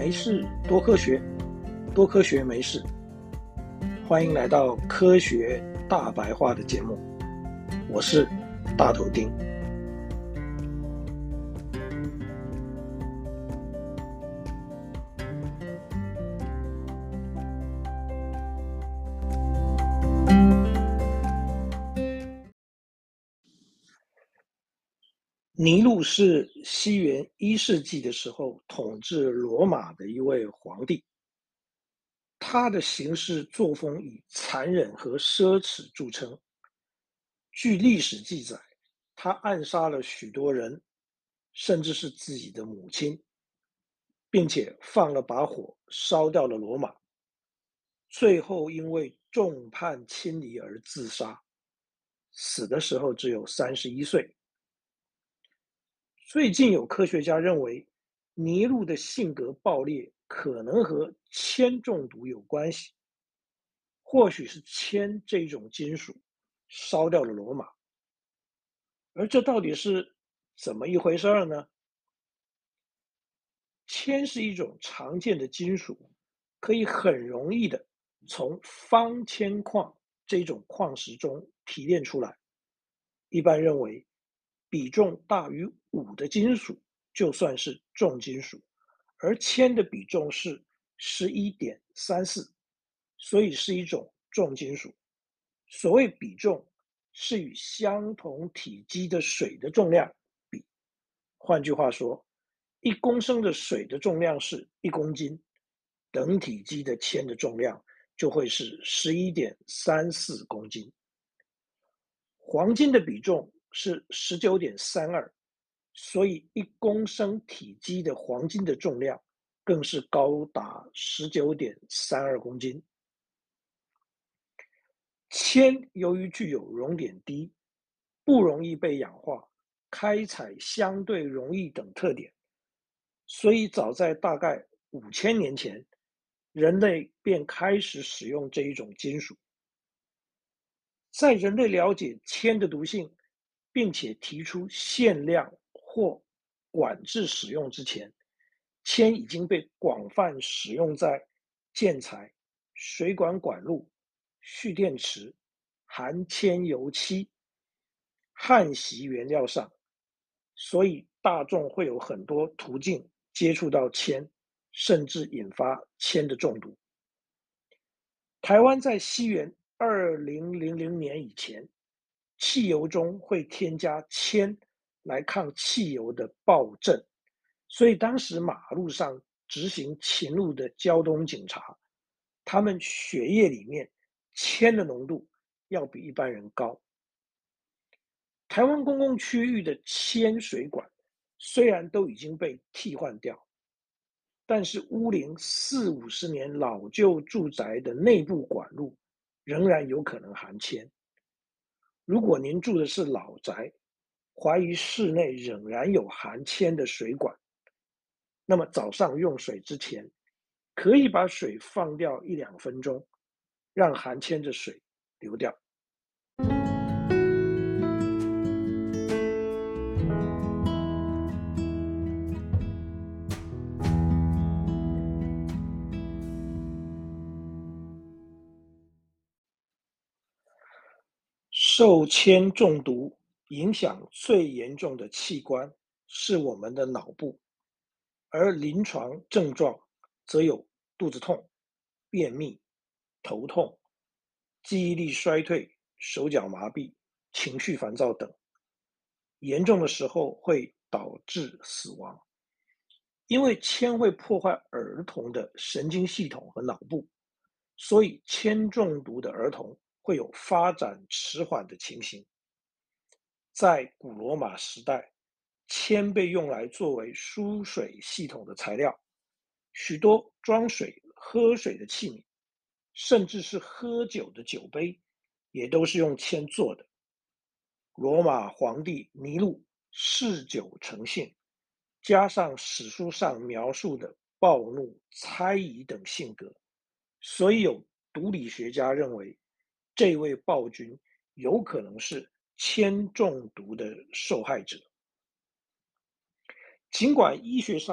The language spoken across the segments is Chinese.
没事，多科学，多科学没事。欢迎来到科学大白话的节目，我是大头丁。尼禄是西元1世纪的时候统治罗马的一位皇帝，他的行事作风以残忍和奢侈著称。据历史记载，他暗杀了许多人，甚至是自己的母亲，并且放了把火烧掉了罗马，最后因为众叛亲离而自杀，死的时候只有31岁。最近有科学家认为，尼禄的性格暴烈可能和铅中毒有关系，或许是铅这种金属烧掉了罗马。而这到底是怎么一回事呢？铅是一种常见的金属，可以很容易的从方铅矿这种矿石中提炼出来。一般认为，比重大于5的金属就算是重金属，而铅的比重是11.34，所以是一种重金属。所谓比重，是与相同体积的水的重量比。换句话说，1公升的水的重量是1公斤，等体积的铅的重量就会是11.34公斤。黄金的比重是19.32，所以1公升体积的黄金的重量更是高达19.32公斤。铅由于具有熔点低，不容易被氧化，开采相对容易等特点，所以早在大概5000年前，人类便开始使用这一种金属。在人类了解铅的毒性，并且提出限量或管制使用之前，铅已经被广泛使用在建材、水管管路、蓄电池、含铅油漆、焊锡原料上，所以大众会有很多途径接触到铅，甚至引发铅的中毒。台湾在西元2000年以前，汽油中会添加铅来抗汽油的暴震，所以当时马路上执行勤务的交通警察，他们血液里面铅的浓度要比一般人高。台湾公共区域的铅水管虽然都已经被替换掉，但是屋龄40-50年老旧住宅的内部管路仍然有可能含铅。如果您住的是老宅，怀疑室内仍然有含铅的水管，那么早上用水之前，可以把水放掉1-2分钟，让含铅的水流掉。受铅中毒影响最严重的器官是我们的脑部，而临床症状则有肚子痛、便秘、头痛、记忆力衰退、手脚麻痹、情绪烦躁等，严重的时候会导致死亡。因为铅会破坏儿童的神经系统和脑部，所以铅中毒的儿童会有发展迟缓的情形。在古罗马时代，铅被用来作为输水系统的材料，许多装水、喝水的器皿，甚至是喝酒的酒杯，也都是用铅做的。罗马皇帝尼禄嗜酒成性，加上史书上描述的暴怒、猜疑等性格，所以有毒理学家认为，这位暴君有可能是铅中毒的受害者。尽管医学上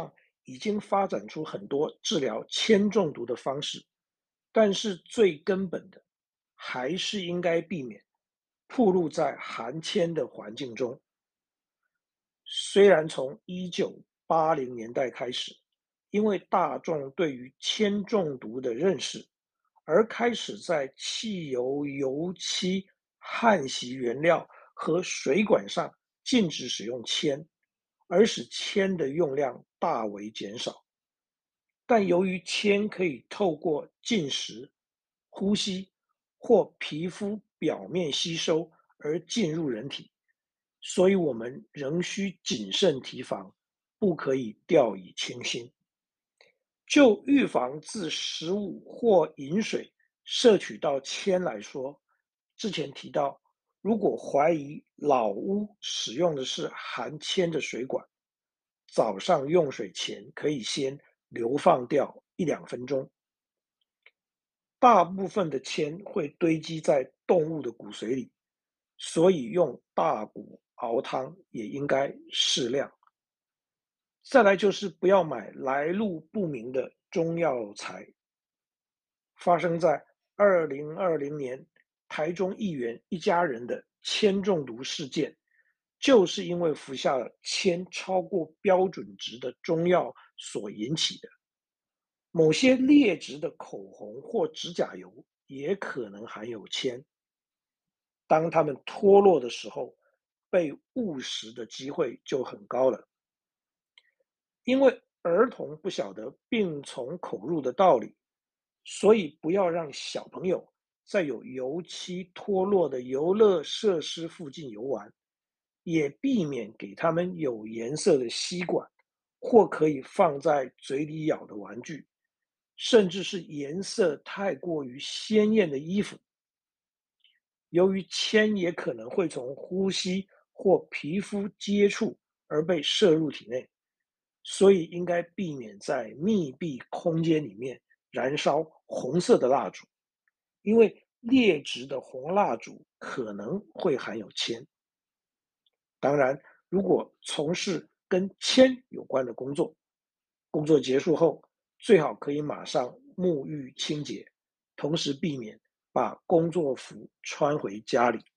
已经发展出很多治疗铅中毒的方式，但是最根本的还是应该避免暴露在含铅的环境中。虽然从1980年代开始，因为大众对于铅中毒的认识，而开始在汽油、油漆、焊锡原料和水管上禁止使用铅，而使铅的用量大为减少。但由于铅可以透过进食、呼吸或皮肤表面吸收而进入人体，所以我们仍需谨慎提防，不可以掉以轻心。就预防自食物或饮水摄取到铅来说，之前提到，如果怀疑老屋使用的是含铅的水管，早上用水前可以先流放掉1-2分钟。大部分的铅会堆积在动物的骨髓里，所以用大骨熬汤也应该适量。再来就是不要买来路不明的中药材。发生在2020年台中议员一家人的铅中毒事件，就是因为服下了铅超过标准值的中药所引起的。某些劣质的口红或指甲油也可能含有铅，当它们脱落的时候，被误食的机会就很高了。因为儿童不晓得病从口入的道理，所以不要让小朋友在有油漆脱落的游乐设施附近游玩，也避免给他们有颜色的吸管或可以放在嘴里咬的玩具，甚至是颜色太过于鲜艳的衣服。由于铅也可能会从呼吸或皮肤接触而被摄入体内，所以应该避免在密闭空间里面燃烧红色的蜡烛，因为劣质的红蜡烛可能会含有铅。当然，如果从事跟铅有关的工作，工作结束后最好可以马上沐浴清洁，同时避免把工作服穿回家里。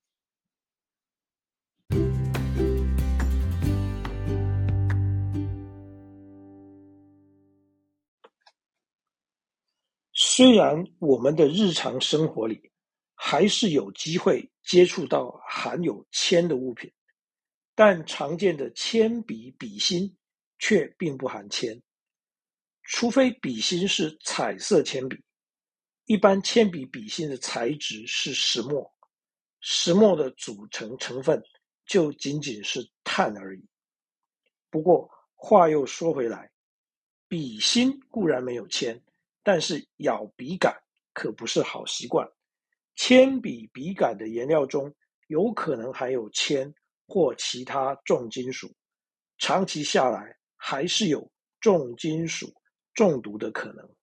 虽然我们的日常生活里还是有机会接触到含有铅的物品，但常见的铅笔、笔芯却并不含铅，除非笔芯是彩色铅笔。一般铅笔笔芯的材质是石墨，石墨的组成成分就仅仅是碳而已。不过话又说回来，笔芯固然没有铅，但是咬笔杆可不是好习惯。铅笔笔杆的颜料中有可能含有铅或其他重金属，长期下来还是有重金属中毒的可能。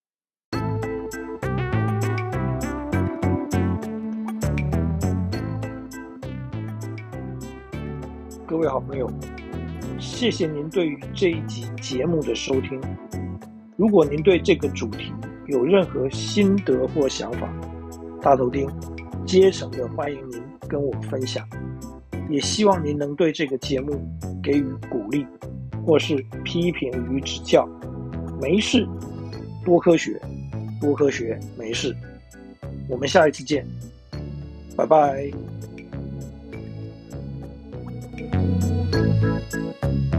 各位好朋友，谢谢您对于这一集节目的收听。如果您对这个主题有任何心得或想法，大头丁竭诚的欢迎您跟我分享，也希望您能对这个节目给予鼓励，或是批评与指教。没事，多科学，多科学，没事。我们下一次见，拜拜。